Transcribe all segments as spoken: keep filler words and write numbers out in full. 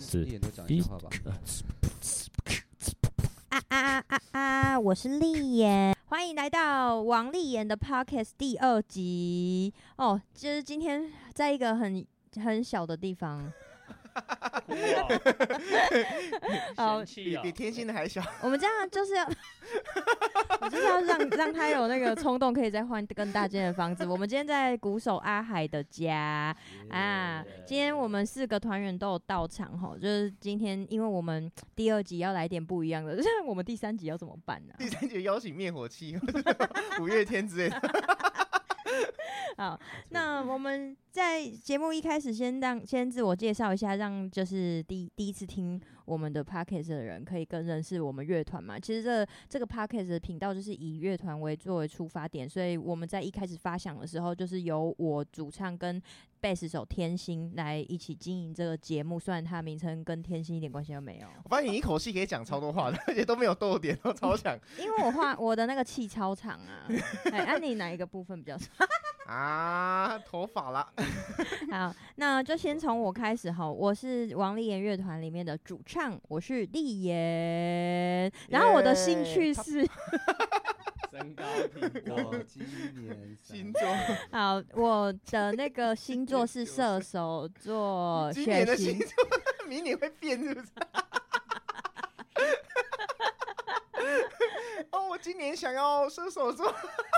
是， 一人都讲一句话吧。 啊啊啊啊啊！我是立言，欢迎来到王立言的 Podcast 第二集哦。就是今天在一个很很小的地方。 哦， 比比天心的还小。 我们这样就是要，我就是要让让他有那个冲动，可以再换更大间的房子。我们今天在鼓手阿海的家啊，今天我们四个团员都有到场哈。就是今天，因为我们第二集要来点不一样的，就是我们第三集要怎么办呢、啊？ 第三集邀请灭火器，五月天之类的。 好，那我们在节目一开始先让先自我介绍一下，让就是第第一次听我们的 podcast 的人可以更认识我们乐团嘛。其实这这个 podcast 的频道就是以乐团为作为出发点，所以我们在一开始发想的时候，就是由我主唱跟贝斯手天心来一起经营这个节目。虽然它的名称跟天心一点关系都没有。 我发现你一口气可以讲超多话的，而且都没有逗点，都超强。 因为我画我的那个气超长啊。哎，啊你哪一个部分比较长？ 啊，头发啦。 好，那就先从我开始哈。我是王立言乐团里面的主唱，我是立言。然后我的兴趣是身高体重， 今年星座。 好，我的那个星座是射手座。 今年的星座，明年会变是不是？哦，我今年想要射手座。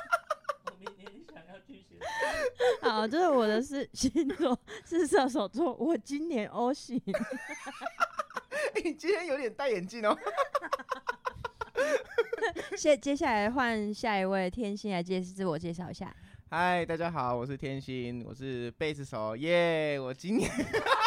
好，就是我的是星座是射手座，我今年 O 型。 欸、你今天有点戴眼镜哦。 接接下来换下一位天心来介自我介绍一下。 嗨，大家好，我是天心，我是贝斯手，耶、yeah, ！我今年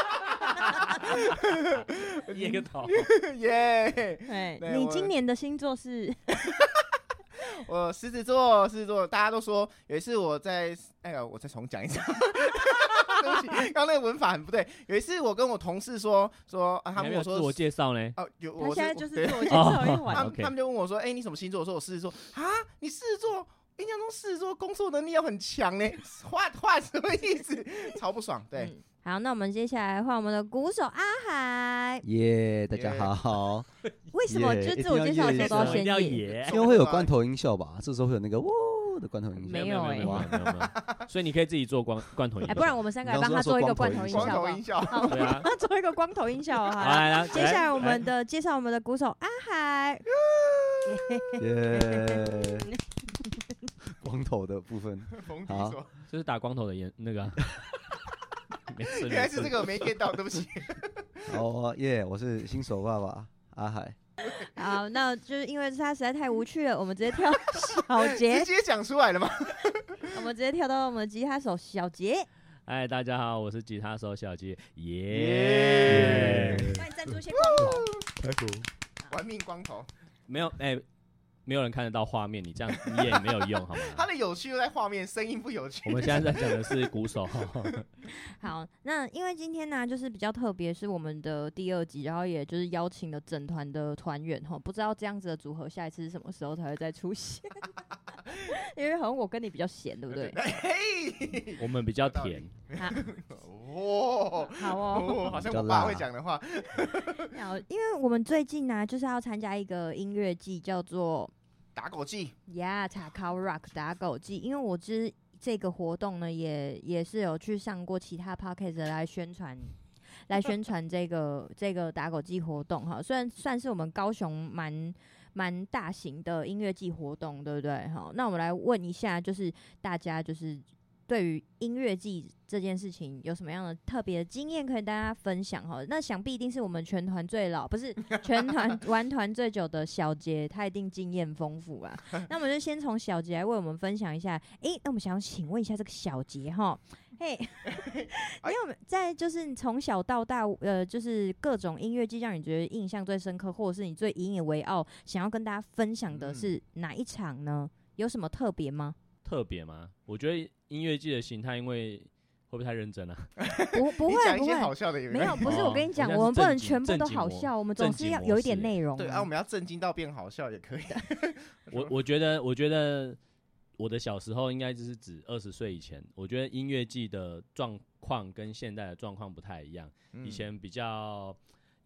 耶个头， 耶！ 对，你今年的星座是？ 我狮子座，狮子座，大家都说有一次我在，哎呀，我再重讲一次，对不起，刚刚那个文法很不对。有一次我跟我同事说说，啊、他们跟我说自我介绍呢， 哦，有， 他现在就是自我介绍一环。 他们他们就问我说，哎、欸，你什么星座？我说我狮子座啊，你狮子座。印象中狮子座工作能力要很强呢，话话什么意思？超不爽，对。 嗯好，那我们接下来换我们的鼓手阿海。 耶， yeah, 大家好。 为什么就自我介绍的时候都要先耶？ 因为会有罐头音效吧？这时候会有那个喔的罐头音效。 没有哎、欸， 没有没有，所以你可以自己做光罐头音效。 哎，不然我们三个来帮他做一个罐头音效。 光头音效， 好， 对啊， 做一个光头音效。好， 来来， 接下来我们的介绍我们的鼓手阿海。 耶。光头的部分， 好， 就是打光头的烟那个。 原来是这个，我没 get 到，对不起。 哦耶，我是新手爸爸阿海。 好，那就是因为他实在太无趣了，我们直接跳小杰。 直接讲出来了吗？ 我们直接跳到我们的吉他手小杰。 嗨，大家好，我是吉他手小杰，耶！ 帮你赞助一些光头， 玩命光头。 没有，哎、欸。没有人看得到画面，你这样你也没有用，好吗？ 他的有趣又在画面，声音不有趣。 我们现在在讲的是鼓手。 好，那因为今天呢、啊，就是比较特别，是我们的第二集，然后也就是邀请了整团的团员哈，不知道这样子的组合下一次是什么时候才会再出现？因为好像我跟你比较咸，对不对？ 我们比较甜。 哦， 好哦， 好像我爸会讲的话。 好，因为我们最近呢、啊，就是要参加一个音乐季，叫做打狗季呀，塔考 rock 打狗季。因为我知这个活动呢，也也是有去上过其他 podcast 来宣传，来宣传这个这个打狗季活动哈。虽然算是我们高雄蛮蛮大型的音乐季活动，对不对？好，那我们来问一下，就是大家就是对于音乐季这件事情有什么样的特别的经验可以跟大家分享哈？那想必一定是我们全团最老，不是全团玩团最久的小杰，他一定经验丰富啊。那我们就先从小杰来为我们分享一下。哎、欸，那我们想要请问一下这个小杰哈，嘿，你有在就是从小到大，呃，就是各种音乐季让你觉得印象最深刻，或者是你最引以为傲，想要跟大家分享的是哪一场呢？有什么特别吗？ 特别吗？我觉得音乐季的形态，因为会不会太认真啊？ 不不会不会， 好笑的有没有，不是、 哦、 我跟你讲，我们不能全部都好笑，我们总是要有一点内容、啊。 对啊，我们要震惊到变好笑也可以。 我我觉得，我觉得我的小时候应该就是指二十岁以前，我觉得音乐季的状况跟现在的状况不太一样。嗯、以前比较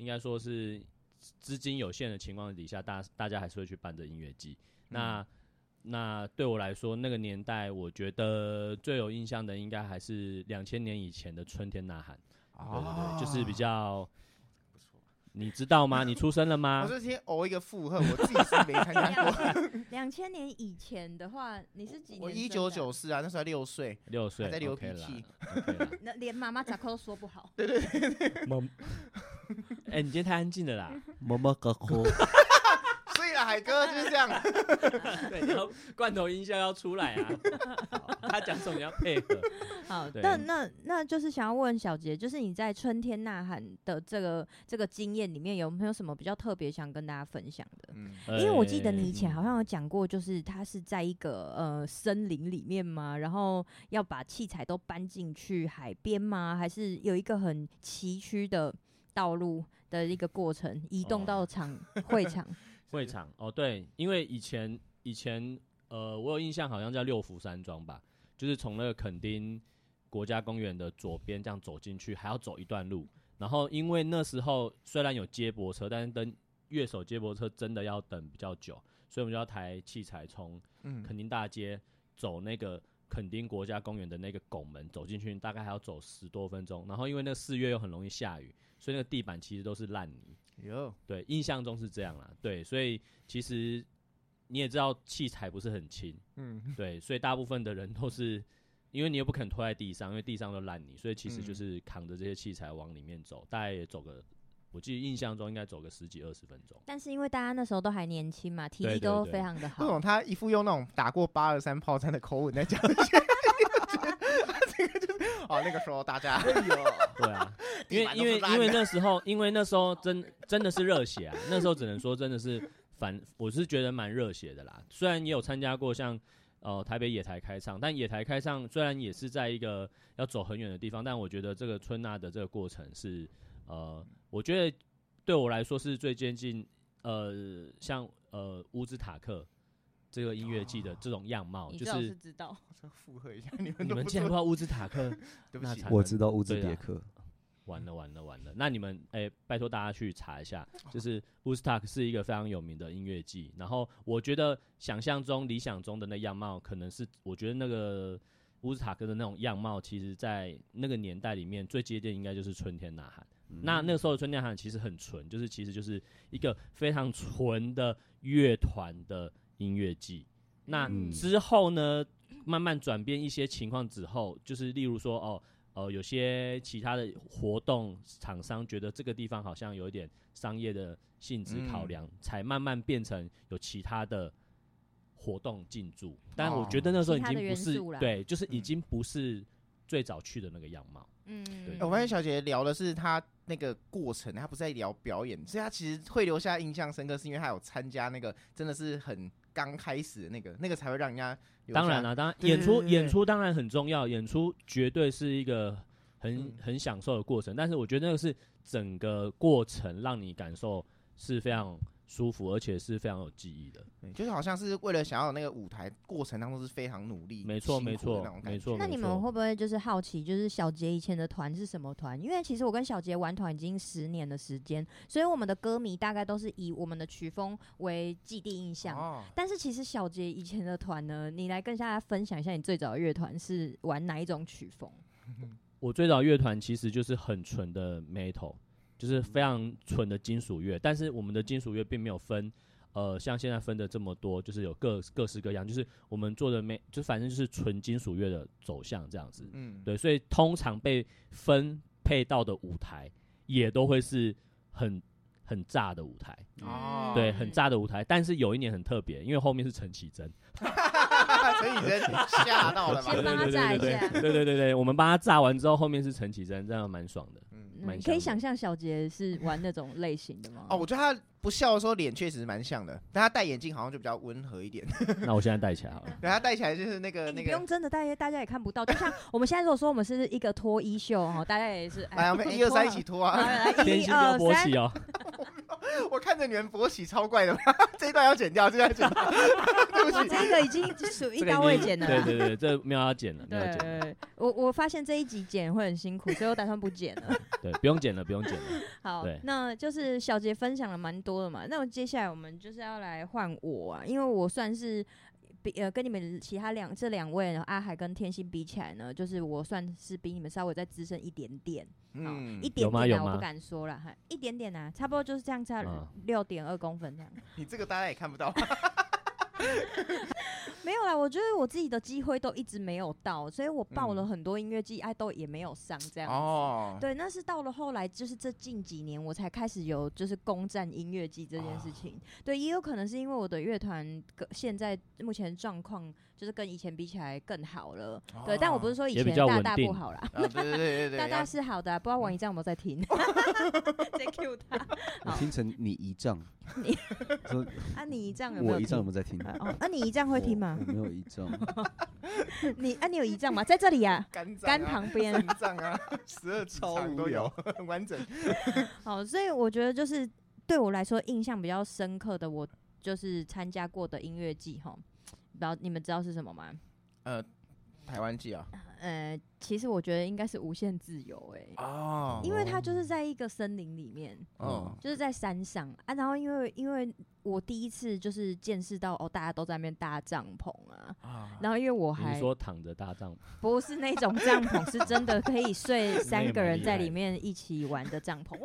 应该说是资金有限的情况底下，大大家还是会去办这音乐季。嗯、那那对我来说，那个年代我觉得最有印象的，应该还是两千年以前的春天呐喊。哦、对对对，就是比较。你知道吗？你出生了吗？ 我是先偶一个附和，我自己是没参加过。 两千年以前的话，你是几年？ 我一九九四啊，那时候六岁， 六岁还在流鼻涕， 那连妈妈咋扣都说不好。 对对对对。 妈，哎、欸，你今天太安静了啦。 妈妈哥哭。 所以啦，海哥就是这样。 对，然后罐头音效要出来啊，他讲什么你要配合。 好，那那那就是想要问小杰，就是你在春天呐喊的这个这个经验里面，有没有什么比较特别想跟大家分享的？嗯，因为我记得你以前好像有讲过，就是他是在一个呃森林里面嘛，然后要把器材都搬进去海边吗？还是有一个很崎岖的道路的一个过程，移动到场、哦、会场？ 会场哦，对，因为以前以前呃，我有印象好像叫六福山庄吧，就是从那个垦丁国家公园的左边这样走进去，还要走一段路。然后因为那时候虽然有接驳车，但是等乐手接驳车真的要等比较久，所以我们就要抬器材从垦丁大街走那个垦丁国家公园的那个拱门走进去，大概还要走十多分钟。然后因为那四月又很容易下雨，所以那个地板其实都是烂泥。对，印象中是这样啦。对，所以其实你也知道器材不是很轻，嗯，对，所以大部分的人都是因为你又不肯拖在地上，因为地上都烂泥，所以其实就是扛着这些器材往里面走，大概也走个，我记得印象中应该走个十几二十分钟。 但是因为大家那时候都还年轻嘛，体力都非常的好。 为什么他一副用那种打过八二三炮战的口吻在讲这些？这个就是哦，那个时候大家哎呦， 对啊。因为因为因为那时候，因为那时候真真的是热血啊！那时候只能说真的是反，我是觉得蛮热血的啦。虽然也有参加过像呃台北野台开唱，但野台开唱虽然也是在一个要走很远的地方，但我觉得这个春吶的这个过程是呃，我觉得对我来说是最接近呃像呃乌兹塔克这个音乐季的这种样貌， 哦、 就是是知道。 我附和一下，你们你们竟然不知道乌兹塔克？ 对不起， 我知道乌兹别克。 完了完了完了！那你们哎、欸，拜托大家去查一下，就是乌斯塔克是一个非常有名的音乐季。然后我觉得想象中、理想中的那样貌，可能是我觉得那个乌斯塔克的那种样貌，其实在那个年代里面最接近应该就是春天呐喊。嗯、那那个时候的春天呐喊其实很纯，就是其实就是一个非常纯的乐团的音乐季。那之后呢，慢慢转变一些情况之后，就是例如说哦。呃，有些其他的活动厂商觉得这个地方好像有一点商业的性质考量，嗯、才慢慢变成有其他的活动进驻。但我觉得那时候已经不是、哦、对，就是已经不是最早去的那个样貌。嗯，对。 我发现小杰聊的是他那个过程，他不是在聊表演，所以他其实会留下印象深刻，是因为他有参加那个真的是很刚开始的那个，那个才会让人家。 当然了，当然演出演出当然很重要，演出绝对是一个很、嗯、很享受的过程。但是我觉得那个是整个过程让你感受是非常舒服，而且是非常有记忆的。 对，就是好像是为了想要那个舞台过程当中是非常努力， 没错没错没错。 那你们会不会就是好奇，就是小杰以前的团是什么团？因为其实我跟小杰玩团已经十年的时间，所以我们的歌迷大概都是以我们的曲风为既定印象。哦、但是其实小杰以前的团呢，你来跟大家分享一下，你最早的乐团是玩哪一种曲风？ 我最早乐团其实就是很纯的 metal， 就是非常纯的金属乐，但是我们的金属乐并没有分。呃，像现在分的这么多，就是有各各式各样，就是我们做的没，就反正就是纯金属乐的走向这样子，嗯，对，所以通常被分配到的舞台也都会是很很炸的舞台，哦，对，很炸的舞台。但是有一年很特别，因为后面是陈绮贞， 陈绮贞吓到了嘛， 先帮他炸一下， 对对对对，我们帮他炸完之后，后面是陈绮贞，这样蛮爽的。 嗯、可以想象小杰是玩那种类型的吗？ 哦，我觉得他不笑的时候脸确实蛮像的，但他戴眼镜好像就比较温和一点。 那我现在戴起来好了。 对，他戴起来就是那个、欸、那个， 不用真的戴，大家也看不到。就像我们现在如果说我们是一个脱衣秀哦，大家也是来，我们一二三一起脱啊！ 天心不要勃起哦。 我看着你们勃起超怪的吗？这一段要剪掉，这一段要剪掉。对不起， 这个已经属一刀未剪了。 对对对，这没有要剪了，没有对剪了。 我我发现这一集剪会很辛苦，所以我打算不剪了。 对，不用剪了，不用剪了。 好对， 那就是小杰分享了蛮多的嘛。那我接下来我们就是要来换我啊，因为我算是比呃跟你们其他两这两位阿海跟天心比起来呢，就是我算是比你们稍微再资深一点点。嗯，一点点啊，我不敢说了，一点点啊，差不多就是这样，差六点二公分这样。 你这个大家也看不到。 没有啦，我觉得我自己的机会都一直没有到，所以我报了很多音乐季，哎、嗯，都也没有上这样子。哦，对，那是到了后来，就是这近几年我才开始有就是攻占音乐季这件事情。哦、对，也有可能是因为我的乐团现在目前状况就是跟以前比起来更好了。哦、对，但我不是说以前大大不好啦， 哦、对对对对， 大大是好的、啊，不知道王一丈有没有在听？在 cue 他， 我听成你姨丈。 你啊，你姨丈有没有？ 我姨丈有没有在听？ 哦，啊，你姨丈会听吗？ 我, 我没有姨丈。 你啊，你有姨丈吗？在这里啊， 肝肝旁边， 肾脏啊，十二指肠都有，很完整。 好，所以我觉得就是对我来说印象比较深刻的，我就是参加过的音乐季哈，不知道你们知道是什么吗？ 呃。台湾季啊， 呃，其实我觉得应该是无限自由哎、欸，哦，因为它就是在一个森林里面，哦，就是在山上啊，然后因为因为我第一次就是见识到哦，大家都在那边搭帐篷啊，啊然后因为我还你说躺着搭帐篷， 不是那种帐篷，是真的可以睡三个人在里面一起玩的帐篷，喂。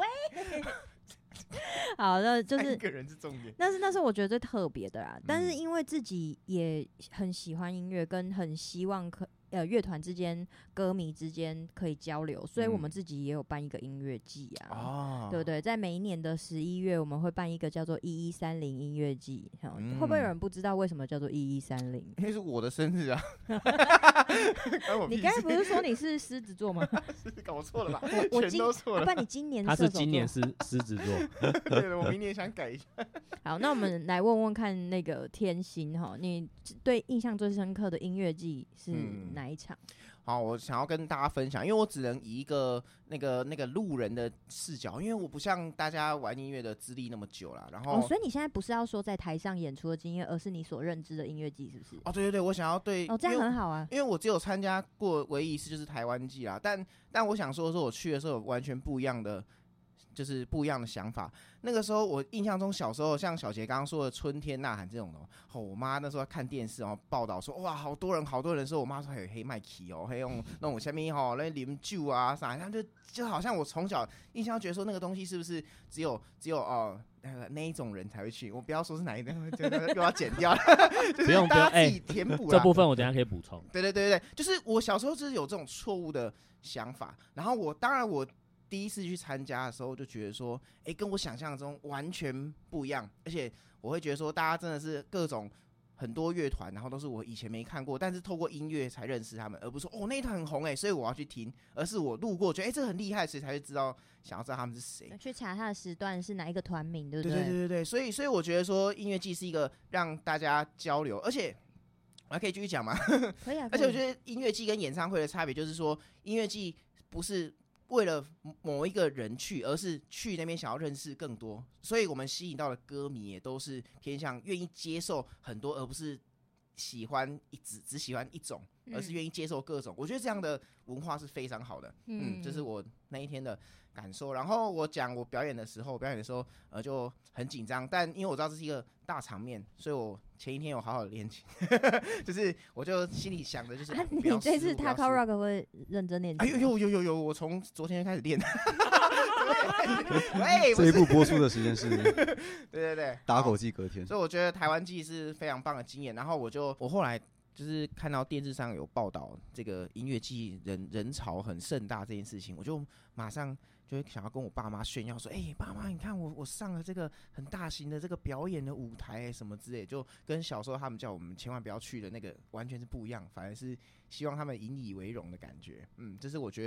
好，那就是一个人是重点， 但是那是我觉得最特别的啦。嗯、但是因为自己也很喜欢音乐，跟很希望可呃乐团之间、歌迷之间可以交流，所以我们自己也有办一个音乐季啊，哦、对不对？在每一年的十一月，我们会办一个叫做一一三零音乐季。嗯、会不会有人不知道为什么叫做一一三零？ 因为是我的生日啊！ 你刚才不是说你是狮子座吗？ 是搞错了吧？ 我全都错了。 不然你今年他是今年是狮子座。 对了，我明年想改一下。 好，那我们来问问看那个天心哈，你对印象最深刻的音乐季是哪一场？嗯、 好，我想要跟大家分享，因为我只能以一个那个那个路人的视角，因为我不像大家玩音乐的资历那么久啦。然后、 哦，所以你现在不是要说在台上演出的经验，而是你所认知的音乐季，是不是？ 哦，对对对，我想要对哦，这样很好啊， 因为我只有参加过唯一一次就是台湾季啦，但但我想说的是，我去的时候有完全不一样的。就是不一样的想法。那个时候我印象中，小时候像小杰刚刚说的春天呐喊这种的，哦，我妈那时候看电视哦报道说，哇，好多人好多人说，我妈说还有黑麦奇哦，还用那种下面吼那啉酒啊啥，他就就好像我从小印象觉得说那个东西是不是只有只有哦。呃、那一种人才会去，我不要说是哪一种，又要剪掉了， 不用不用，哎， 填补、欸、 这部分我等一下可以补充。 对对对对，就是我小时候就是有这种错误的想法，然后我当然我第一次去参加的时候就觉得说，哎、欸，跟我想象中完全不一样，而且我会觉得说，大家真的是各种。很多乐团，然后都是我以前没看过，但是透过音乐才认识他们，而不是说哦那一团很红哎，所以我要去听，而是我路过觉得哎这很厉害，所以才会知道想要知道他们是谁， 去查他的时段是哪一个团名，对不对？ 对对对对对，所以所以我觉得说音乐季是一个让大家交流，而且我还可以继续讲吗？ 可以啊。 而且我觉得音乐季跟演唱会的差别就是说，音乐季不是为了某一个人去，而是去那边想要认识更多，所以我们吸引到的歌迷也都是偏向愿意接受很多，而不是喜欢一只只喜欢一种，而是愿意接受各种。嗯、我觉得这样的文化是非常好的，嗯，嗯这是我那一天的感受。然后我讲我表演的时候，表演的时候呃就很紧张，但因为我知道这是一个大场面，所以我前一天有好好的练琴，就是我就心里想的就是，啊、 你这次 Taco Rock 会认真练琴？ 哎呦呦呦呦呦！我从昨天开始练。 喂，这一部播出的时间是， 对对对， 打狗季隔天， 所以我觉得台湾季是非常棒的经验。然后我就我后来就是看到电视上有报道这个音乐季人人潮很盛大这件事情，我就马上就会想要跟我爸妈炫耀说，哎、欸，爸妈，你看我我上了这个很大型的这个表演的舞台、欸、什么之类，就跟小时候他们叫我们千万不要去的那个完全是不一样，反而是希望他们引以为荣的感觉。嗯，这是我觉得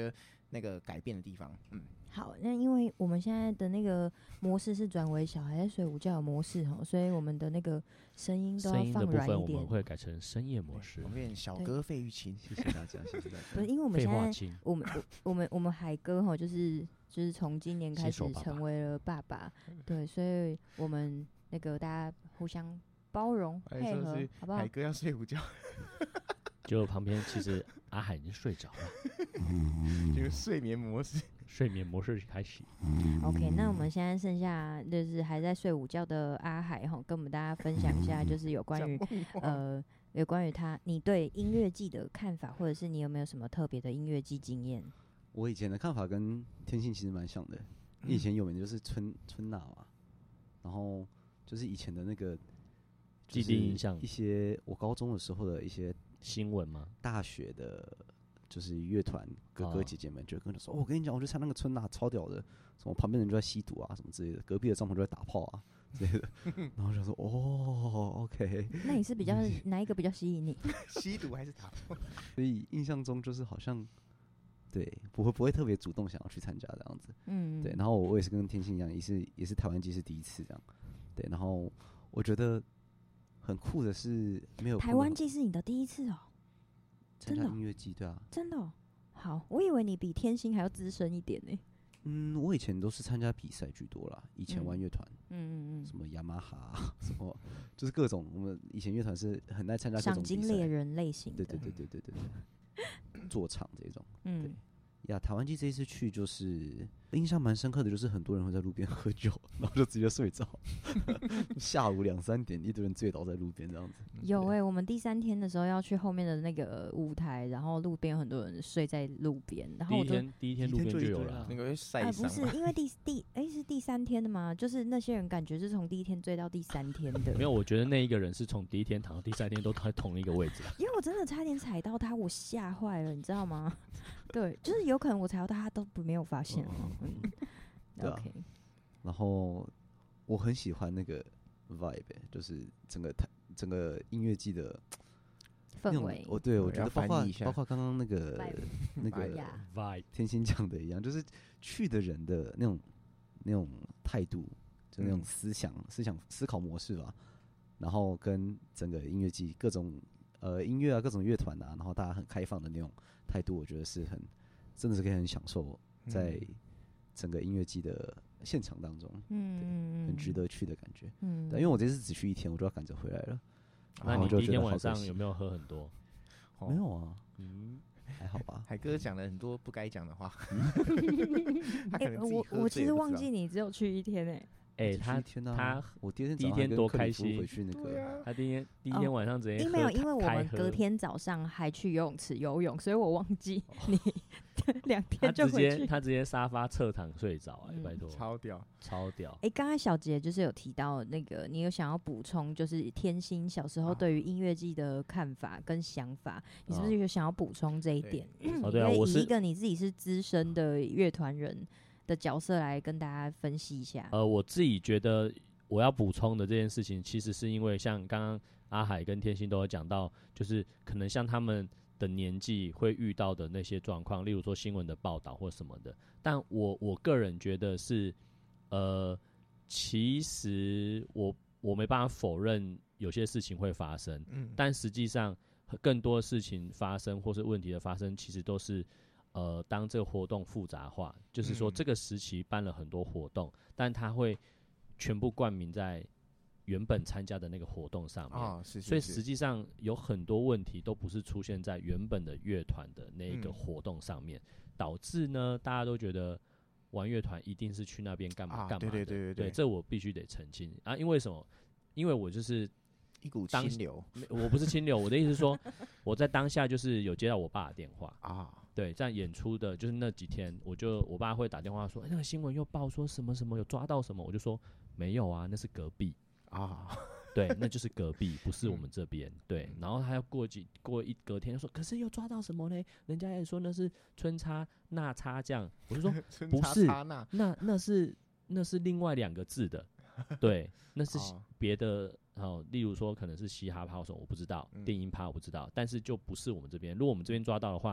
那个改变的地方。嗯， 好，那因为我们现在的那个模式是转为小孩在睡午觉的模式哈，所以我们的那个声音都要声音的部放软一点分我们。会改成深夜模式我，们变小对哥费玉清， 谢谢大家，谢谢大不是， 家。 因为我们废现在话轻。 我们我我们我们海哥哈，就是就是从今年开始新手爸爸成为了爸爸，对，所以我们那个大家互相包容还配合说是， 好不好海？哥要睡午觉， 就旁边其实阿海已经睡着了， 这个睡眠模式。 睡眠模式开启。 OK，那我们现在剩下就是还在睡午觉的阿海哈，跟我们大家分享一下，就是有关于讲梦话呃有关于他你对音乐季的看法，或者是你有没有什么特别的音乐季经验？ 我以前的看法跟天信其实蛮像的，以前有名的就是春春娜嘛，然后就是以前的那个既定印象一些我高中的时候的一些新闻吗？ 大学的，就是乐团哥哥哦姐姐们就会跟我说、哦，我跟你讲，我去参那个春娜超屌的，什么旁边人就在吸毒啊什么之类的，隔壁的帐篷就在打炮啊之类的，然后我就说哦 ，OK， 那你是比较哪一个比较吸引你？ 吸毒还是打炮？ 所以印象中就是好像对不会不会特别主动想要去参加这样子， 嗯， 对，然后我也是跟天心一样，也是也是台湾季是第一次这样，对，然后我觉得很酷的是没有台湾季是你的第一次哦， 参加真的哦音乐季，对啊， 真的哦。好，我以为你比天星还要资深一点呢。 嗯，我以前都是参加比赛居多啦，以前玩乐团。 嗯嗯什么雅马哈，什么就是各种，我们以前乐团是很爱参加嗯， 各赏金种比赛， 猎人类型的。 对对对对对对对，做场这种。 嗯， 呀，台湾季这一次去就是印象蛮深刻的，就是很多人会在路边喝酒，然后就直接睡着，下午两三点一堆人醉倒在路边这样子。 有哎、我们第三天的时候要去后面的那个舞台，然后路边有很多人睡在路边，然后第一我就天第一天路边就有了啊， 那个会晒哎、不是伤吗？ 因为第第哎、是第三天的吗？就是那些人感觉是从第一天追到第三天的， 没有，我觉得那一个人是从第一天躺到第三天都在同一个位置啊。 因为我真的差点踩到他，我吓坏了，你知道吗？对，就是有可能我踩到他，他都不没有发现哦。嗯对啊 ，OK， 然后我很喜欢那个 vibe，欸就是整个台整个音乐季的那种氛围， 我对我觉要得包括翻译一下包括刚刚那个 Vibe 那个呀 Vibe 天心讲的一样，就是去的人的那种那种态度，就那种嗯思想、思想思考模式吧。然后跟整个音乐季各种呃音乐啊、各种乐团啊，然后大家很开放的那种态度，我觉得是很真的是可以很享受在整个音乐季的现场当中， 嗯嗯嗯， 很值得去的感觉。 嗯， 对，因为我这次只去一天，我就要赶着回来了。 那你然后就觉第一天晚得好可惜上有没有喝很多？ 哦没有啊， 嗯， 还好吧。 海哥讲了很多不该讲的话，他哎、 可能自己我喝我其实忘醉了不知道记你只有去一天哎、 哎， 只去他一天啊他我第一天第一早上还跟天多开克里夫心回去那个。 对啊， 他第一天第一天晚上直接因为没有， 喝因为我开喝们隔天早上还去游泳池游泳，所以我忘记哦你两他天就直回去。 接他直接沙发侧躺睡着，哎， 嗯拜托， 超屌。 超屌。 哎，刚刚小杰就是有提到那个，你有想要补充，就是天心小时候啊对于音乐季的看法跟想法，你是不是哦有想要补充这一点？ 哦对啊你可以我是以一个你自己是资深的乐团人的角色来跟大家分析一下。 呃，我自己觉得我要补充的这件事情，其实是因为像刚刚阿海跟天心都有讲到，就是可能像他们的年纪会遇到的那些状况，例如说新闻的报道或什么的。但我我个人觉得是，呃，其实我我没办法否认有些事情会发生， 嗯， 但实际上更多事情发生或是问题的发生，其实都是呃，当这个活动复杂化，就是说嗯这个时期办了很多活动，但它会全部冠名在原本参加的那个活动上面。 哦，是， 所以是实际上有很多问题都不是出现在原本的乐团的那一个嗯活动上面，导致呢大家都觉得玩乐团一定是去那边干嘛啊干嘛的。 对对对对对这我必须得澄清啊！因为什么？因为我就是一股当清流没我不是清流，我的意思是说，我在当下就是有接到我爸的电话， 啊， 对，在演出的就是那几天，我就我爸会打电话说，哎、那个新闻又报说什么什么有抓到什么，我就说没有啊，那是隔壁。 啊， 对，那就是隔壁，不是我嗯们这边。对，然后他要过几过一隔天就说，可是又抓到什么呢？人家也说那是春叉那叉酱，我就说春叉不是叉那那那是那是另外两个字的，对，那是哦别的哦，例如说可能是嘻哈趴什么，我不知道， 嗯电音趴我不知道，但是就不是我们这边。如果我们这边抓到的话，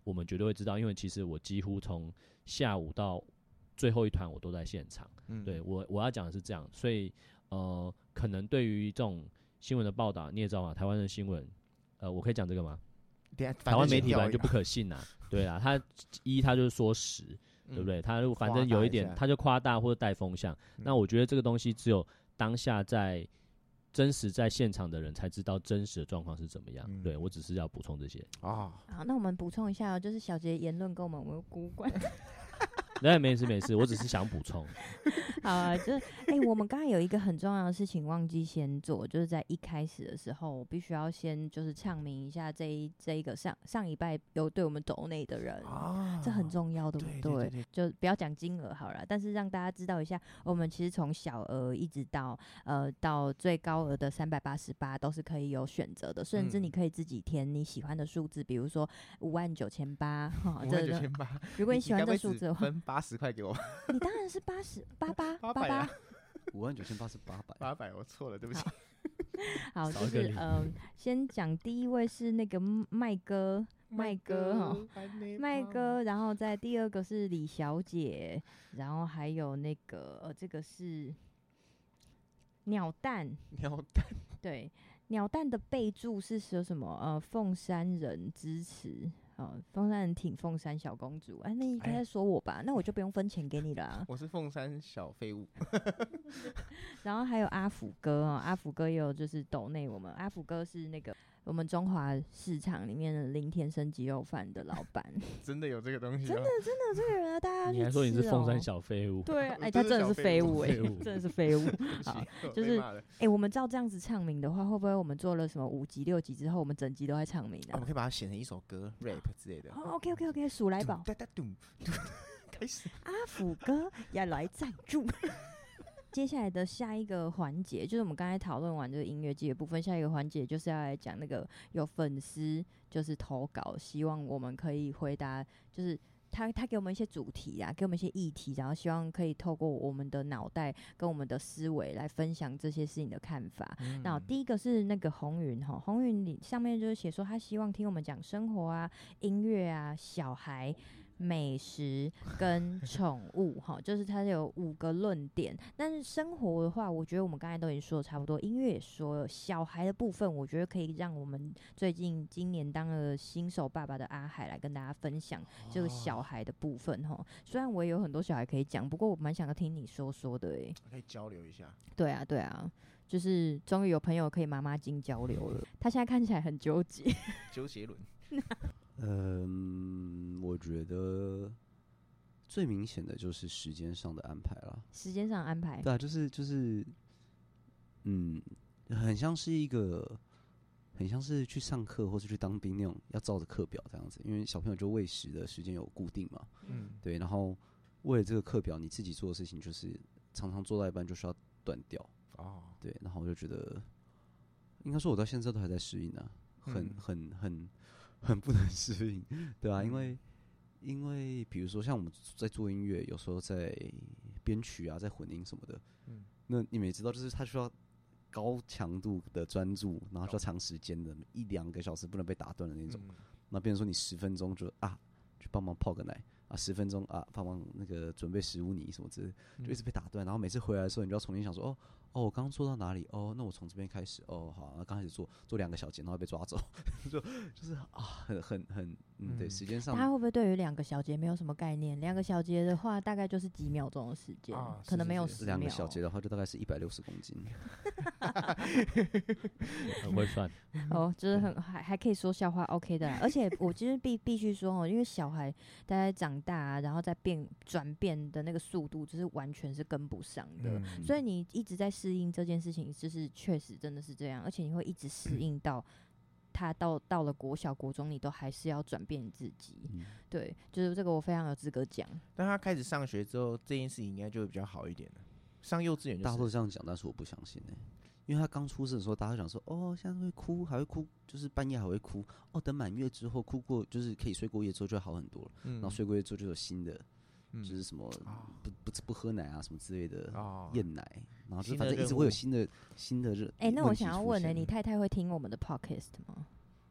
我们绝对会知道，因为其实我几乎从下午到最后一团我都在现场。嗯，对我我要讲的是这样，所以呃，可能对于这种新闻的报道，你也知道嘛，台湾的新闻，呃，我可以讲这个吗？台湾媒体本来就不可信啊，对啊，他一他就是说实，对不对？他反正有一点，他就夸大或者带风向。嗯、那我觉得这个东西只有当下在真实在现场的人才知道真实的状况是怎么样。嗯、对我只是要补充这些啊。 好，那我们补充一下、哦，就是小杰言论跟我们无关。 对，没事没事，我只是想补充。 好啊，就是哎、欸，我们刚才有一个很重要的事情忘记先做，就是在一开始的时候，我必须要先就是唱名一下这一这一个上上礼拜有对我们抖内的人，啊、这很重要，对不 对, 对, 对, 对？ 就不要讲金额好了，但是让大家知道一下，我们其实从小额一直到呃到最高额的三百八十八都是可以有选择的，甚至你可以自己填你喜欢的数字，比如说五万九千八， 五万九千八。 如果你喜欢这数字的话， 分八十块给我。 你当然是八十八八八八， 五万九千八是八百， 八百我错了，对不起。 好，就是嗯、呃，先讲第一位是那个麦哥，麦哥哈，麦哥，然后再第二个是李小姐，然后还有那个呃，这个是鸟蛋， 鸟蛋， 对，鸟蛋的备注是说什么？呃，凤山人支持。哦，凤山人挺凤山小公主，哎，那应该说我吧、哎，那我就不用分钱给你了、啊。 我是凤山小废物。 然后还有阿福哥哦，阿福哥也有就是抖内我们，阿福哥是那个我们中华市场里面的林田生鸡肉饭的老板。 真的有这个东西、哦？ 真的真的有这个人啊！大家、哦、 你还说你是凤山小废物？ 对，哎、欸，他真的是废物哎、欸，真的是废物。好，就是哎、欸，我们照这样子唱名的话，会不会我们做了什么五集六集之后，我们整集都在唱名的、啊？ 我们可以把它写成一首歌 rap 之类的。 哦 ，OK OK OK， 数来宝， 开始。 阿福哥要来赞助。接下来的下一个环节，就是我们刚才讨论完这个音乐季的部分，下一个环节就是要来讲那个有粉丝就是投稿，希望我们可以回答，就是他他给我们一些主题啊，给我们一些议题，然后希望可以透过我们的脑袋跟我们的思维来分享这些事情的看法。嗯、那第一个是那个红云哈，红云里上面就是写说他希望听我们讲生活啊、音乐啊、小孩。美食跟宠物哈，就是它有五个论点。但是生活的话，我觉得我们刚才都已经说的差不多，音乐也说了，小孩的部分，我觉得可以让我们最近今年当了新手爸爸的阿海来跟大家分享这个小孩的部分哈。哦、虽然我也有很多小孩可以讲，不过我蛮想要听你说说的诶。 可以交流一下。 对啊，对啊。就是终于有朋友可以妈妈经交流了，他现在看起来很纠结。 周杰伦。 嗯，我觉得最明显的就是时间上的安排啦。 时间上的安排， 对啊，就是就是，嗯，很像是一个，很像是去上课或是去当兵那种，要照着课表这样子。因为小朋友就喂食的时间有固定嘛，嗯，对。然后为了这个课表，你自己做的事情就是常常做到一半就需要断掉哦，对。然后我就觉得，应该说我到现在都还在适应啊，很嗯很很。很不能适应，对啊，因为因为比如说像我们在做音乐，有时候在编曲啊，在混音什么的，嗯，那你们也知道，就是它需要高强度的专注，然后需要长时间的，一两个小时不能被打断的那种。嗯、那变成说你十分钟就啊，去帮忙泡个奶啊，十分钟啊，帮忙那个准备食物泥什么之类的，就一直被打断。然后每次回来的时候，你就要重新想说，哦哦，我刚刚做到哪里？哦，那我从这边开始。哦，好，那刚开始做做两个小节，然后被抓走，就就是啊，很很很，嗯，对，时间上。 他会不会对于两个小节没有什么概念？两个小节的话，大概就是几秒钟的时间、啊，可能没有十秒。 两个小节的话，就大概是一百六十公斤。 很会算。 哦，就是很还还可以说笑话 ，OK 的啦。而且我其实必必须说哦，因为小孩大概长大、啊，然后再变转变的那个速度，就是完全是跟不上的。嗯、所以你一直在适应这件事情，就是确实真的是这样，而且你会一直适应到他到到了国小、国中，你都还是要转变你自己。嗯、对，就是这个我非常有资格讲。 但他开始上学之后，这件事情应该就会比较好一点了。上幼稚园、就是， 大家都这样讲，但是我不相信哎、欸。因为他刚出生的时候，大家讲说，哦，现在会哭，还会哭，就是半夜还会哭。哦，等满月之后，哭过就是可以睡过夜之后就会好很多了。嗯、然后睡过夜之后就有新的。嗯、就是什么不不不喝奶啊什么之类的厌奶，然后就反正一直会有新的新的热。 哎、欸，那我想要问呢、欸，你太太会听我们的 podcast 吗？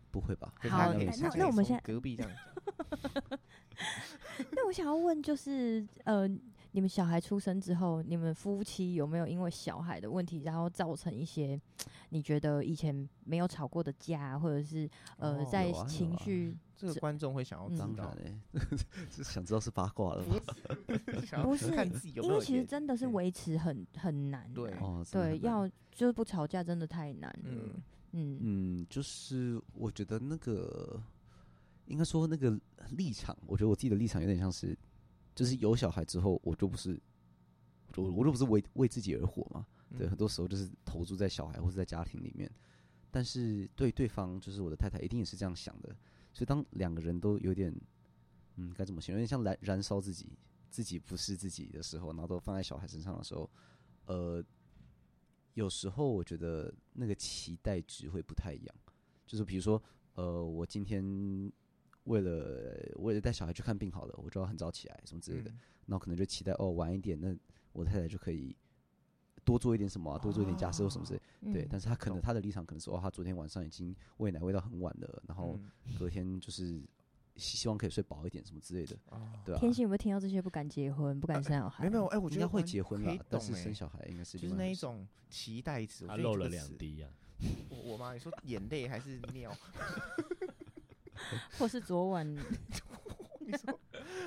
不会吧？ 可是他好那可以他可以那我们现在从隔壁这样讲， 那我想要问，就是呃，你们小孩出生之后，你们夫妻有没有因为小孩的问题，然后造成一些你觉得以前没有吵过的架，或者是呃、 哦在有啊有啊情绪、 这个观众会想要知当道然，哎，是想知道是八卦了吧？ 想要不是看自己有没因为其实有演真的是对维持很很难、啊， 对哦，真的对， 很难要就是不吵架真的太难了， 嗯嗯嗯，就是我觉得那个应该说那个立场，我觉得我自己的立场有点像是，就是有小孩之后，我就不是，我我就不是为为自己而活嘛。对， 嗯很多时候就是投注在小孩或者在家庭里面，但是对对方就是我的太太一定也是这样想的，所以当两个人都有点，嗯，该怎么形容，有点像燃燃烧自己，自己不是自己的时候，然后都放在小孩身上的时候，呃。有时候我觉得那个期待值会不太一样，就是比如说，呃，我今天为了为了带小孩去看病好了，我就要很早起来什么之类的， 嗯然后可能就期待哦晚一点，那我太太就可以多做一点什么、啊，多做一点家事或什么之类的。 嗯对，但是他可能懂他的立场可能是哦，他昨天晚上已经喂奶喂到很晚了，然后嗯隔天就是希希望可以睡饱一点什么之类的， 哦对啊。 天心有没有听到这些不敢结婚、不敢生小孩？ 没有没有，哎，我觉应该会得完结婚啦可以， 但是懂欸生小孩应该是就是另外回事那一种期待值，我他觉得漏了两这个词。 滴啊。 我我妈，你说眼泪还是尿？ 或是昨晚你说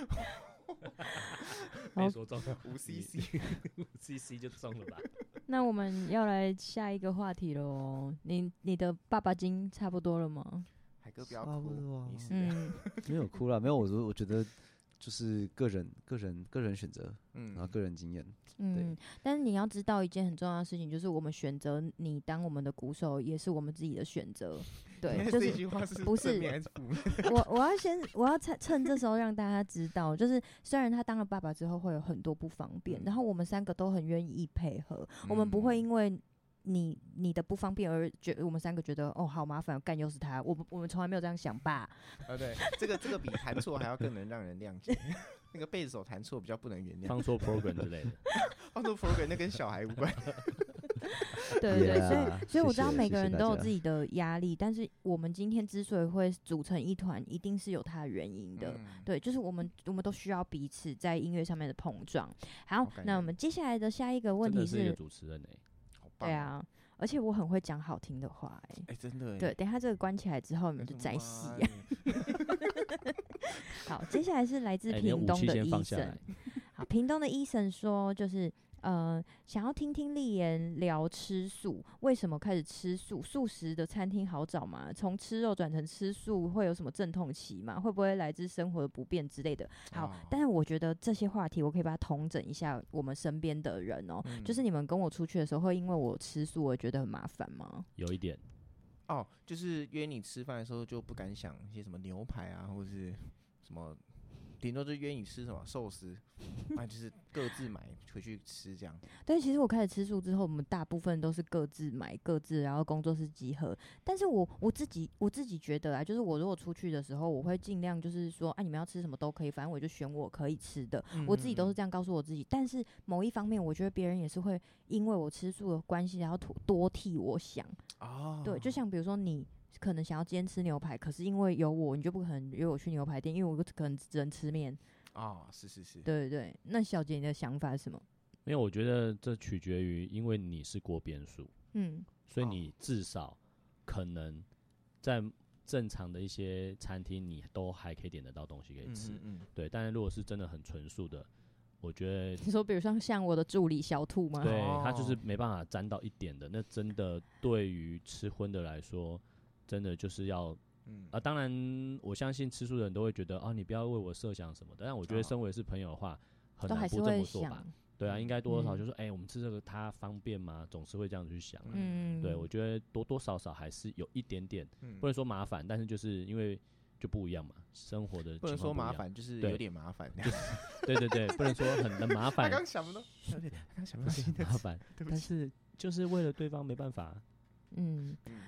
被说中了五 C C， 五 C C 就中了吧？ 那我们要来下一个话题喽。你你的爸爸经差不多了吗？ 海哥不要差不哭多啊， 你是这样嗯没有哭啦，没有，我说我觉得就是个人个人个人选择，然后嗯， 个人经验。 嗯，但是你要知道一件很重要的事情，就是我们选择你当我们的鼓手，也是我们自己的选择。对，就这一是句话是不是正面还是负面？ 我我要先我要趁趁这时候让大家知道，就是虽然他当了爸爸之后会有很多不方便， 嗯然后我们三个都很愿意配合，我们不会因为你你的不方便而觉我们三个觉得哦好麻烦，干又是他，我们我们从来没有这样想吧？ 啊，对，这个这个比弹错还要更能让人谅解。那个贝斯手弹错比较不能原谅， 放错 program 之类的。 放错 program 那跟小孩无关。 对对对，所 Yeah， 以所以我知道谢谢每个人都有谢谢大家自己的压力，但是我们今天之所以会组成一团，一定是有它的原因的。 嗯对，就是我们我们都需要彼此在音乐上面的碰撞。好， 好感人那我们接下来的下一个问题真的是一个主持人哎、 好棒对，啊，而且我很会讲好听的话、欸， 哎，真的耶， 对，等一下这个关起来之后，你们就哎再戏妈呀、 耶好，接下来是来自哎，你的屏东的武器先医生放下来。。 好，屏东的医生说，就是呃，想要听听丽妍聊吃素，为什么开始吃素？素食的餐厅好找吗？从吃肉转成吃素会有什么阵痛期吗？会不会来自生活的不便之类的？好， 哦但是我觉得这些话题我可以把它统整一下，我们身边的人哦、 嗯就是你们跟我出去的时候，会因为我吃素而觉得很麻烦吗？ 有一点， 哦，就是约你吃饭的时候就不敢想一些什么牛排啊，或者是什么，顶多就约你吃什么寿司，啊，就是各自买回去吃这样。 对，其实我开始吃素之后，我们大部分都是各自买各自，然后工作室集合。但是我我自己我自己觉得啊，就是我如果出去的时候，我会尽量就是说，啊，你们要吃什么都可以，反正我就选我可以吃的。我自己都是这样告诉我自己。但是某一方面，我觉得别人也是会因为我吃素的关系，然后多多替我想。 哦， 对，就像比如说你。可能想要今天吃牛排，可是因为有我，你就不可能约我去牛排店，因为我可能只能吃面。 哦，是是是， 对对对，那小姐你的想法是什么？ 因为我觉得这取决于，因为你是锅边素， 嗯所以你至少可能在正常的一些餐厅，你都还可以点得到东西可以吃。 嗯嗯对，但是如果是真的很纯素的，我觉得你说，比如像像我的助理小兔吗？ 对哦它就是没办法沾到一点的，那真的对于吃荤的来说，真的就是要嗯啊，当然我相信吃素的人都会觉得啊，你不要为我设想什么的，但我觉得哦身为是朋友的话，很都还是难不这会么做吧想。。 对啊，应该多多少少嗯就说，哎、我们吃这个它方便吗？总是会这样子去想啊。 嗯， 对，我觉得多多少少还是有一点点， 嗯不能说麻烦，但是就是因为就不一样嘛，生活的不能情况一样。 说麻烦，就是对有点麻烦。 对对对，不能说很很麻他烦， 刚想不到，对，他刚想不到新的麻烦， 对不起。 但是就是为了对方没办法。 嗯， 嗯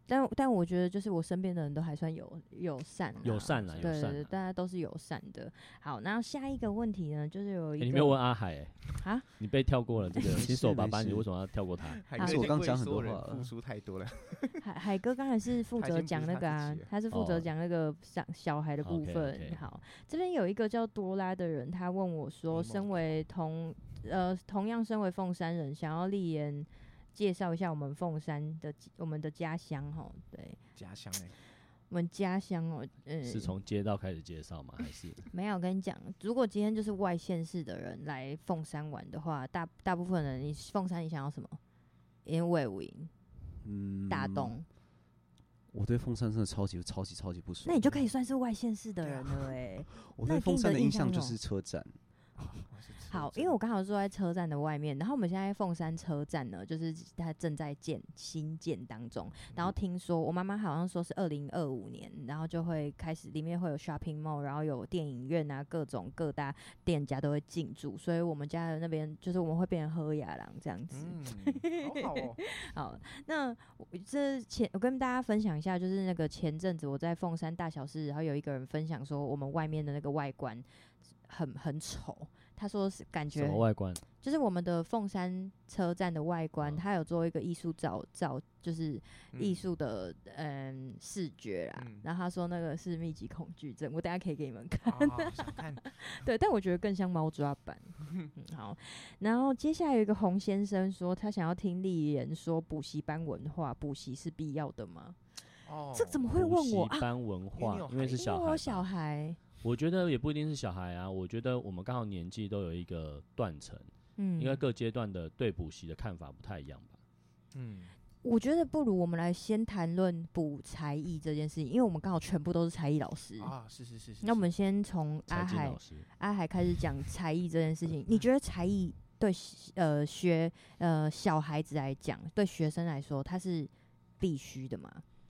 但但我觉得就是我身边的人都还算友友善啦， 友善啦，友对对对， 善啦。 大家都是友善的。好，然后下一个问题呢，就是有一个、 欸、你没有问阿海哎、 欸、啊， 你被跳过了这个没事新手爸爸， 没事你为什么要跳过他？ 海但是我刚讲很多话了，付出太多了。 海海哥刚才是负责讲那个啊，他是负责哦讲那个小小孩的部分。 okay, okay. 好，这边有一个叫多拉的人，他问我说，身为同呃同样身为凤山人，想要立言介绍一下我们凤山的我们的家乡哈，对， 家乡哎、欸， 我们家乡哦，嗯， 是从街道开始介绍吗？还是没有？我跟你讲，如果今天就是外县市的人来凤山玩的话，大大部分人，你凤山你想要什么？因为我嗯， 大东， 我对凤山真的超级超级超级不爽。 那你就可以算是外县市的人了哎、欸。 我对凤山的印象就是车站。 好，因为我刚好坐在车站的外面，然后我们现在凤山车站呢，就是它正在建新建当中，然后听说我妈妈好像说是二零二五年，然后就会开始里面会有 shopping mall， 然后有电影院啊，各种各大店家都会进驻，所以我们家的那边就是我们会变成喝雅郎这样子。 嗯，好好哦。 好，那这前我跟大家分享一下，就是那个前阵子我在凤山大小事，然后有一个人分享说我们外面的那个外观很很丑。他说是感觉什么外观？ 就是我们的凤山车站的外观，嗯、他有做一个艺术照照，就是艺术的嗯视觉啦。嗯、然后他说那个是密集恐惧症，我等一下可以给你们看。 哦、想看。 对，但我觉得更像猫抓板。嗯，好。然后接下来有一个洪先生说，他想要听立言说补习班文化，补习是必要的吗？ 哦， 这怎么会问我？ 补习班文化， 啊、 因为是小孩， 因为我小孩。 我觉得也不一定是小孩啊，我觉得我们刚好年纪都有一个断层， 嗯， 因为各阶段的对补习的看法不太一样吧。 嗯， 我觉得不如我们来先谈论补才艺这件事情，因为我们刚好全部都是才艺老师啊，是是是是。 那我们先从阿海阿海开始讲才艺这件事情。你觉得才艺对呃学呃小孩子来讲，对学生来说，它是必须的吗？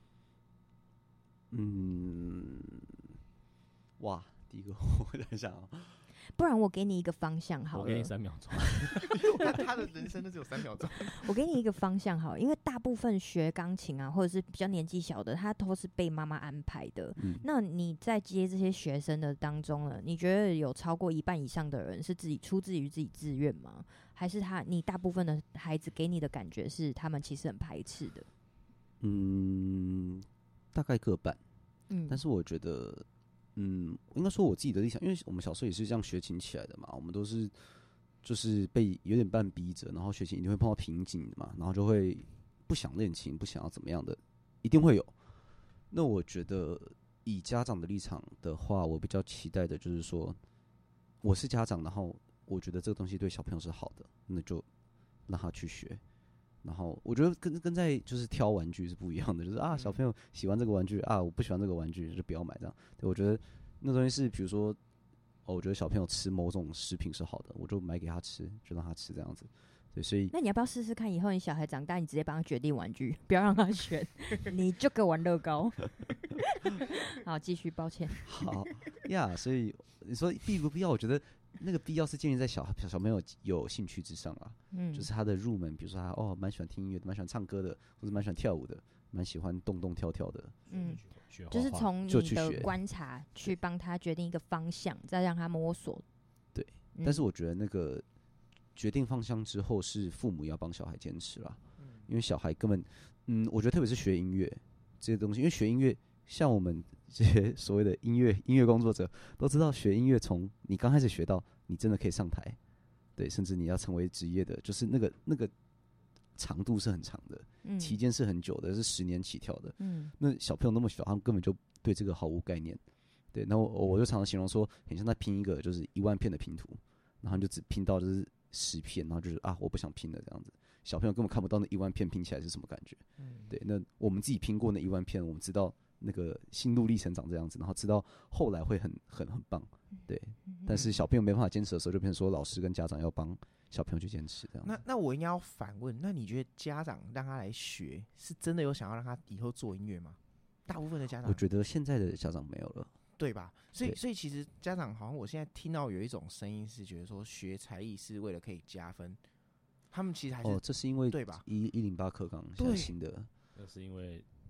嗯。哇，第一个我在想、喔， 不然我给你一个方向好了。 我给你三秒钟。 他他的人生都只有三秒钟。 我给你一个方向好了，因为大部分学钢琴啊，或者是比较年纪小的，他都是被妈妈安排的。嗯、那你在接这些学生的当中呢，你觉得有超过一半以上的人是自己出自于自己自愿吗？还是他你大部分的孩子给你的感觉是他们其实很排斥的？ 嗯，大概各半。嗯，但是我觉得。嗯，应该说我自己的立场，因为我们小时候也是这样学琴起来的嘛，我们都是就是被有点半逼着，然后学琴一定会碰到瓶颈的嘛，然后就会不想练琴，不想要怎么样的，一定会有。那我觉得以家长的立场的话，我比较期待的就是说，我是家长，然后我觉得这个东西对小朋友是好的，那就让他去学。然后我觉得跟跟在就是挑玩具是不一样的，就是啊小朋友喜欢这个玩具啊，我不喜欢这个玩具就不要买这样。对，我觉得那东西是比如说，哦，我觉得小朋友吃某种食品是好的，我就买给他吃，就让他吃这样子。对，所以那你要不要试试看？以后你小孩长大，你直接帮他决定玩具，不要让他选，你就给我玩乐高。好，继续，抱歉。 好呀， yeah, 所以你说必不必要？我觉得。那个必要是建立在小小朋友有兴趣之上啊，嗯，就是他的入门，比如说他哦蛮喜欢听音乐的，蛮喜欢唱歌的，或者蛮喜欢跳舞的，蛮喜欢动动跳跳的， 嗯，就是从你的观察去帮他决定一个方向，再让他摸索。 对，嗯、但是我觉得那个决定方向之后是父母要帮小孩坚持啦，嗯，因为小孩根本，嗯，我觉得特别是学音乐这些东西，因为学音乐像我们。这些所谓的音乐音乐工作者都知道，学音乐从你刚开始学到你真的可以上台，对，甚至你要成为职业的，就是那个那个长度是很长的，嗯、期间是很久的，是十年起跳的。嗯，那小朋友那么小，他们根本就对这个毫无概念。对，那我我就常常形容说，很像在拼一个就是一万片的拼图，然后就只拼到就是十片，然后就是啊，我不想拼了这样子。小朋友根本看不到那一万片拼起来是什么感觉。嗯，对，那我们自己拼过那一万片，我们知道。那个心路历程长这样子，然后知道后来会很很很棒，对。但是小朋友没办法坚持的时候，就变成说老师跟家长要帮小朋友去坚持这样。 那那我应该要反问，那你觉得家长让他来学，是真的有想要让他以后做音乐吗？大部分的家长， 我觉得现在的家长没有了， 对吧？所以所以其实家长好像我现在听到有一种声音是觉得说学才艺是为了可以加分，他们其实还是哦，这是因为对吧？ 一一零八课纲现在新的， 那是因为。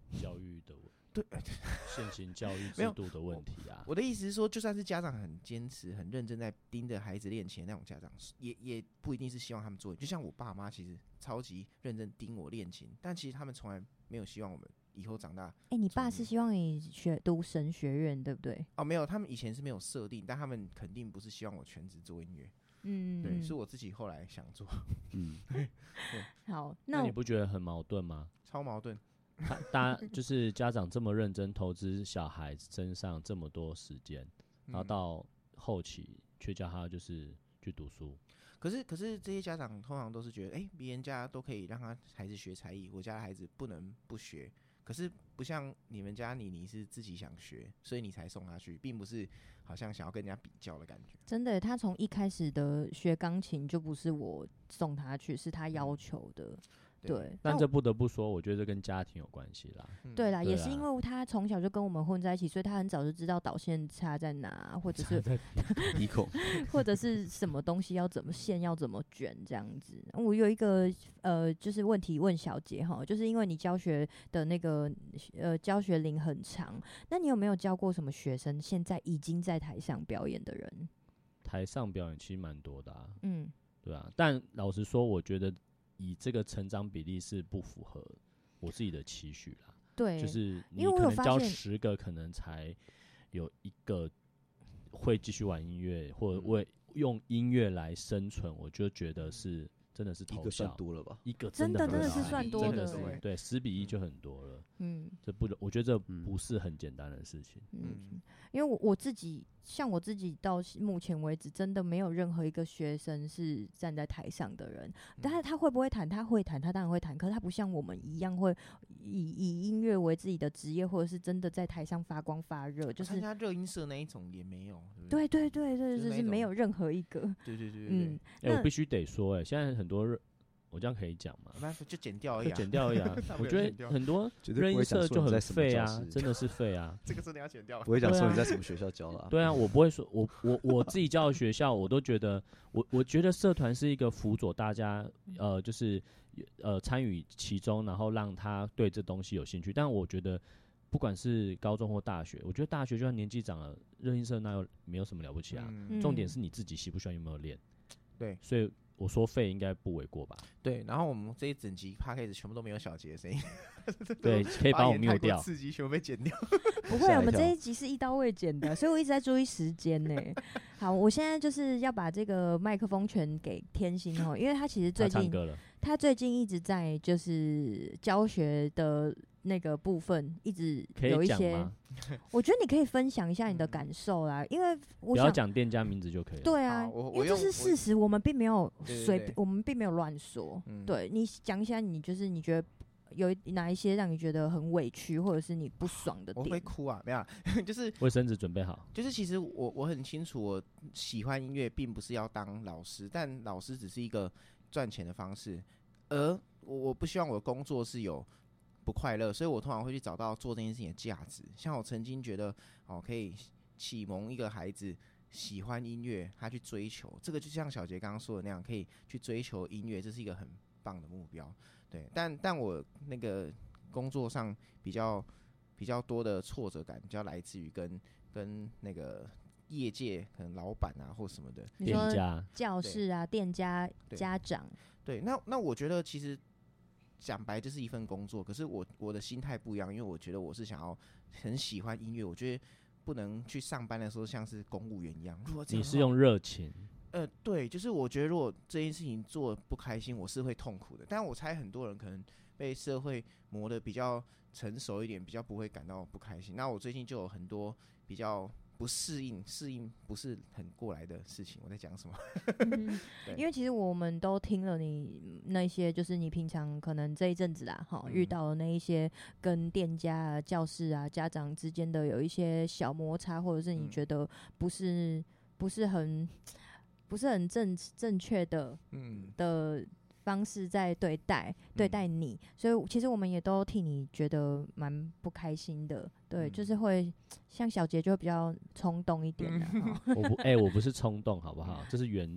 教育的对现行教育没有制度的问题啊。 我的意思是说，就算是家长很坚持、很认真在盯着孩子练琴的那种家长，也也不一定是希望他们做。就像我爸妈其实超级认真盯我练琴，但其实他们从来没有希望我们以后长大。 哎、欸，你爸是希望你学读神学院，对不对？ 哦，没有，他们以前是没有设定，但他们肯定不是希望我全职做音乐。 嗯， 对，是我自己后来想做。 嗯， 对。 好，那那你不觉得很矛盾吗？ 超矛盾。 大家就是家长这么认真投资小孩身上这么多时间，然后到后期却叫他就是去读书。 可是，可是这些家长通常都是觉得，哎、欸，别人家都可以让他孩子学才艺，我家的孩子不能不学。可是不像你们家妮妮是自己想学，所以你才送他去，并不是好像想要跟人家比较的感觉。 真的，他从一开始的学钢琴就不是我送他去，是他要求的。对， 但这不得不说，我觉得这跟家庭有关系啦。 嗯、对啦，也是因为他从小就跟我们混在一起，所以他很早就知道导线插在哪，或者是鼻孔， 或者是什么东西要怎么线要怎么卷这样子。我有一个呃，就是问题问小杰哈，就是因为你教学的那个呃教学龄很长，那你有没有教过什么学生现在已经在台上表演的人？ 台上表演其实蛮多的啊， 嗯， 对啊。但老实说，我觉得以这个成长比例是不符合我自己的期许啦。 对， 就是你可能教十个，可能才有一个会继续玩音乐，或者为用音乐来生存，我就觉得是真的是偷笑， 一个算多了吧？ 一个真的真的是算多的， 的对，十比一就很多了。 嗯， 这不，我觉得这不是很简单的事情。 嗯，因为我我自己。像我自己到目前为止，真的没有任何一个学生是站在台上的人。但是他会不会弹？他会弹，他当然会弹。可是他不像我们一样会以以音乐为自己的职业，或者是真的在台上发光发热。就是参加热音社那一种也没有。 对对对对，就是没有任何一个。 对对对对。 嗯， 哎、欸，我必须得说、欸，哎，现在很多热。我这样可以讲吗？ 就剪掉而已、啊， 就剪掉而已啊！我觉得很多热音社就很废啊，真的是废啊！ 这个真的要剪掉。 不会讲说你在什么学校教的、啊。 对啊，我不会说，我我我自己教的学校，我都觉得，我我觉得社团是一个辅佐大家，呃，就是呃参与其中，然后让他对这东西有兴趣。但我觉得，不管是高中或大学，我觉得大学就算年纪长了，热音社那又没有什么了不起啊。 嗯、 重点是你自己喜不喜欢，有没有练。 对， 所以。我说废应该不为过吧？ 对，然后我们这一整集 podcast 全部都没有小杰的声音， 对，可以把我 mute 掉， 刺激全部被剪掉。 不会，我们这一集是一刀未剪的，所以我一直在注意时间呢。好，我现在就是要把这个麦克风权给天心哦，因为他其实最近他, 他最近一直在就是教学的那个部分一直有一些，我觉得你可以分享一下你的感受啦，因为我不要讲店家名字就可以了。 对啊，因为这是事实，我们并没有随，我们并没有乱说。 嗯、 对你讲一下，你就是你觉得有哪一些让你觉得很委屈，或者是你不爽的点？ 我会哭啊，没有，就是卫生纸准备好。 就是其实我我很清楚，我喜欢音乐，并不是要当老师，但老师只是一个赚钱的方式，而我我不希望我的工作是有。不快乐，所以我通常会去找到做这件事情的价值。像我曾经觉得，哦，可以启蒙一个孩子喜欢音乐，他去追求这个，就像小杰刚刚说的那样，可以去追求音乐，这是一个很棒的目标。对，但但我那个工作上比较比较多的挫折感，比较来自于跟跟那个业界可能老板啊或什么的店家、 教室啊、店家、家长。 对，那那我觉得其实。讲白就是一份工作，可是我我的心态不一样，因为我觉得我是想要很喜欢音乐，我觉得不能去上班的时候像是公务员一样。如果你是用热情， 呃，对，就是我觉得如果这件事情做不开心，我是会痛苦的。但我猜很多人可能被社会磨得比较成熟一点，比较不会感到不开心。那我最近就有很多比较。不适应，适应不是很过来的事情。我在讲什么？ 嗯、因为其实我们都听了你那些，就是你平常可能这一阵子啦，哈、嗯，遇到的那一些跟店家啊、教室啊、家长之间的有一些小摩擦，或者是你觉得不是、嗯、不是很不是很正正确的，嗯的。方式在对待对待你、嗯，所以其实我们也都替你觉得蛮不开心的，对，嗯、就是会像小杰就会比较冲动一点的、嗯。 我不哎、欸，我不是冲动，好不好？这是原则。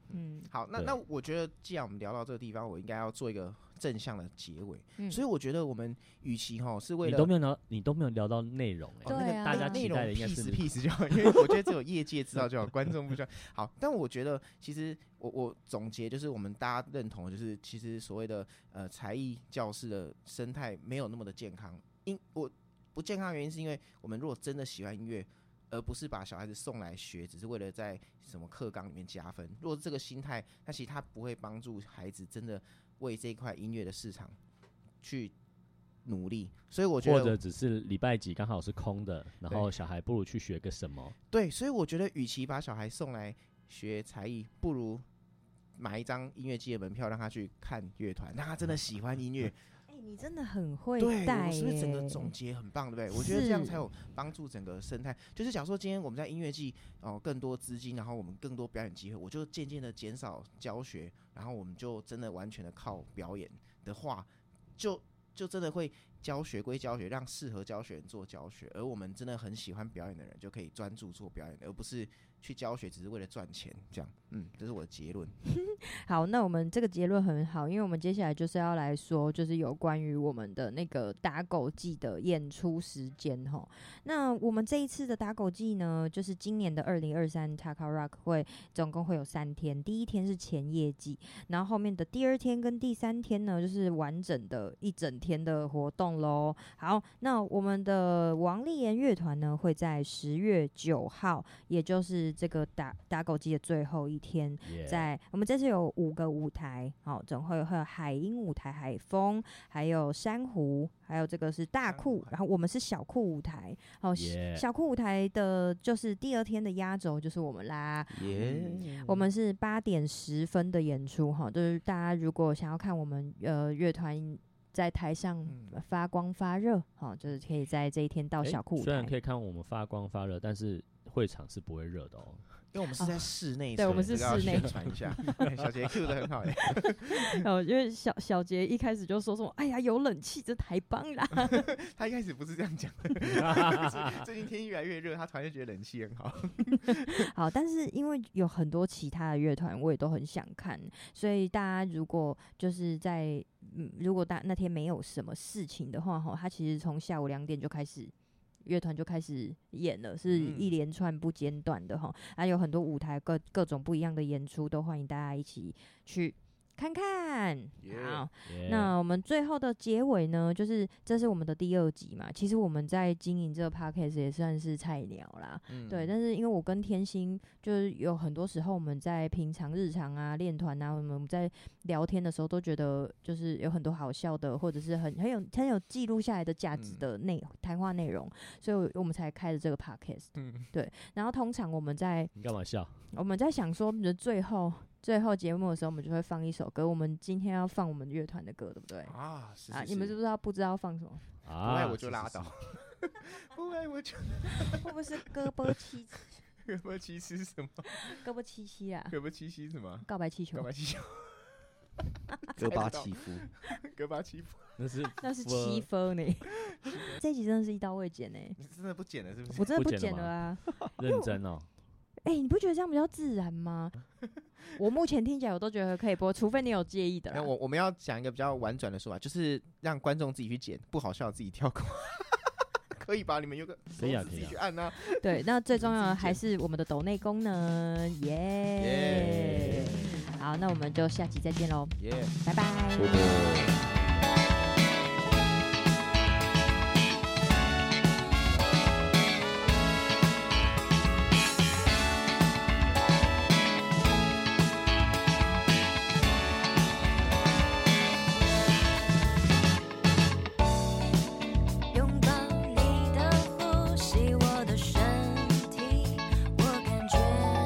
嗯， 好，那那我觉得既然我们聊到这个地方，我应该要做一个正向的结尾。 嗯、 所以我觉得我们与其哈是为了你都没有聊，你都没有聊到内容哎、 欸，对啊， 大家期待的应该是屁事就好，因为我觉得只有业界知道就好，观众不需要。好，但我觉得其实我我总结就是我们大家认同的，就是其实所谓的呃才艺教室的生态没有那么的健康。因我不健康的原因是因为我们如果真的喜欢音乐，而不是把小孩子送来学，只是为了在什么课纲里面加分。如果是这个心态，那其实他不会帮助孩子真的为这一块音乐的市场去努力。所以我觉得， 或者只是礼拜几刚好是空的，然后小孩不如去学个什么。 对，所以我觉得，与其把小孩送来学才艺，不如买一张音乐季的门票，让他去看乐团，让他真的喜欢音乐。 你真的很会带耶，对，我是不是整个总结很棒，对不对？我觉得这样才有帮助整个生态。就是假如说今天我们在音乐季哦、呃、更多资金，然后我们更多表演机会，我就渐渐的减少教学，然后我们就真的完全的靠表演的话，就就真的会教学归教学，让适合教学人做教学，而我们真的很喜欢表演的人就可以专注做表演，而不是去教学只是为了赚钱，这样，嗯，这是我的结论。 好，那我们这个结论很好，因为我们接下来就是要来说，就是有关于我们的那个打狗季的演出时间哈。那我们这一次的打狗季呢，就是今年的二零二三 Taka Rock 会总共会有三天，第一天是前夜季，然后后面的第二天跟第三天呢，就是完整的一整天的活动咯。好，那我们的王立言乐团呢，会在十月九号，也就是这个打打狗季的最后一天， yeah. 在我们这次有五个舞台，好，总会会有海鹰舞台、海风，还有珊瑚，还有这个是大库，然后我们是小库舞台，好， yeah. 小库舞台的就是第二天的压轴就是我们啦， yeah. 我们是八点十分的演出哈，就是大家如果想要看我们呃乐团在台上发光发热，好，就是可以在这一天到小库舞台。 虽然可以看我们发光发热，但是会场是不会热的哦。 因为我们是在室内、哦， 对，我们是室内。 宣传一下，小杰 Q 的很好耶。 哦，因为小小杰一开始就说说，哎呀，有冷气，这太棒啦。 他一开始不是这样讲，最近天气越来越热，他突然就觉得冷气很好。 好，但是因为有很多其他的乐团，我也都很想看，所以大家如果就是在，嗯，如果大那天没有什么事情的话，哈，他其实从下午两点就开始。乐团就开始演了，是一连串不间断的哈，还、嗯、有很多舞台各各种不一样的演出，都欢迎大家一起去看看。 Yeah, 好， yeah. 那我们最后的结尾呢，就是这是我们的第二集嘛。其实我们在经营这个 podcast 也算是菜鸟啦，嗯、对。但是因为我跟天心，就是有很多时候我们在平常日常啊、练团啊，我们在聊天的时候都觉得，就是有很多好笑的，或者是很很有很有记录下来的价值的内谈话内容，所以我们才开了这个 podcast。嗯，对。然后通常我们在你干嘛笑？ 我们在想说，我们的最后。最后节目的时候，我们就会放一首歌。我们今天要放我们乐团的歌，对不对？ 啊，是是是啊，你们知不知道？不知道放什么？ 啊，不爱我就拉倒，不爱我就。 会不会是胳膊七？ 胳膊七七是什么？ 胳膊七七啊？ 胳膊七七什么？ 告白气球。 告白气球。 戈巴契夫。 戈巴契夫。 那是那是七分呢。这一集真的是一刀未剪呢。 你真的不剪了是不是？ 我真的不剪了啊。 认真哦。 哎、欸，你不觉得这样比较自然吗？我目前听起来我都觉得可以播，除非你有介意的啦。 我我们要讲一个比较婉转的说法，就是让观众自己去剪，不好笑自己跳过。可以吧？你们有个可以啊， 自己去按啊。 对，那最重要的还是我们的抖内功能，耶、yeah! 好，那我们就下集再见喽， 耶， 拜拜。 拜拜。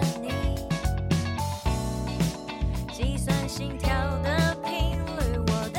心跳的频率，我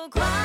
快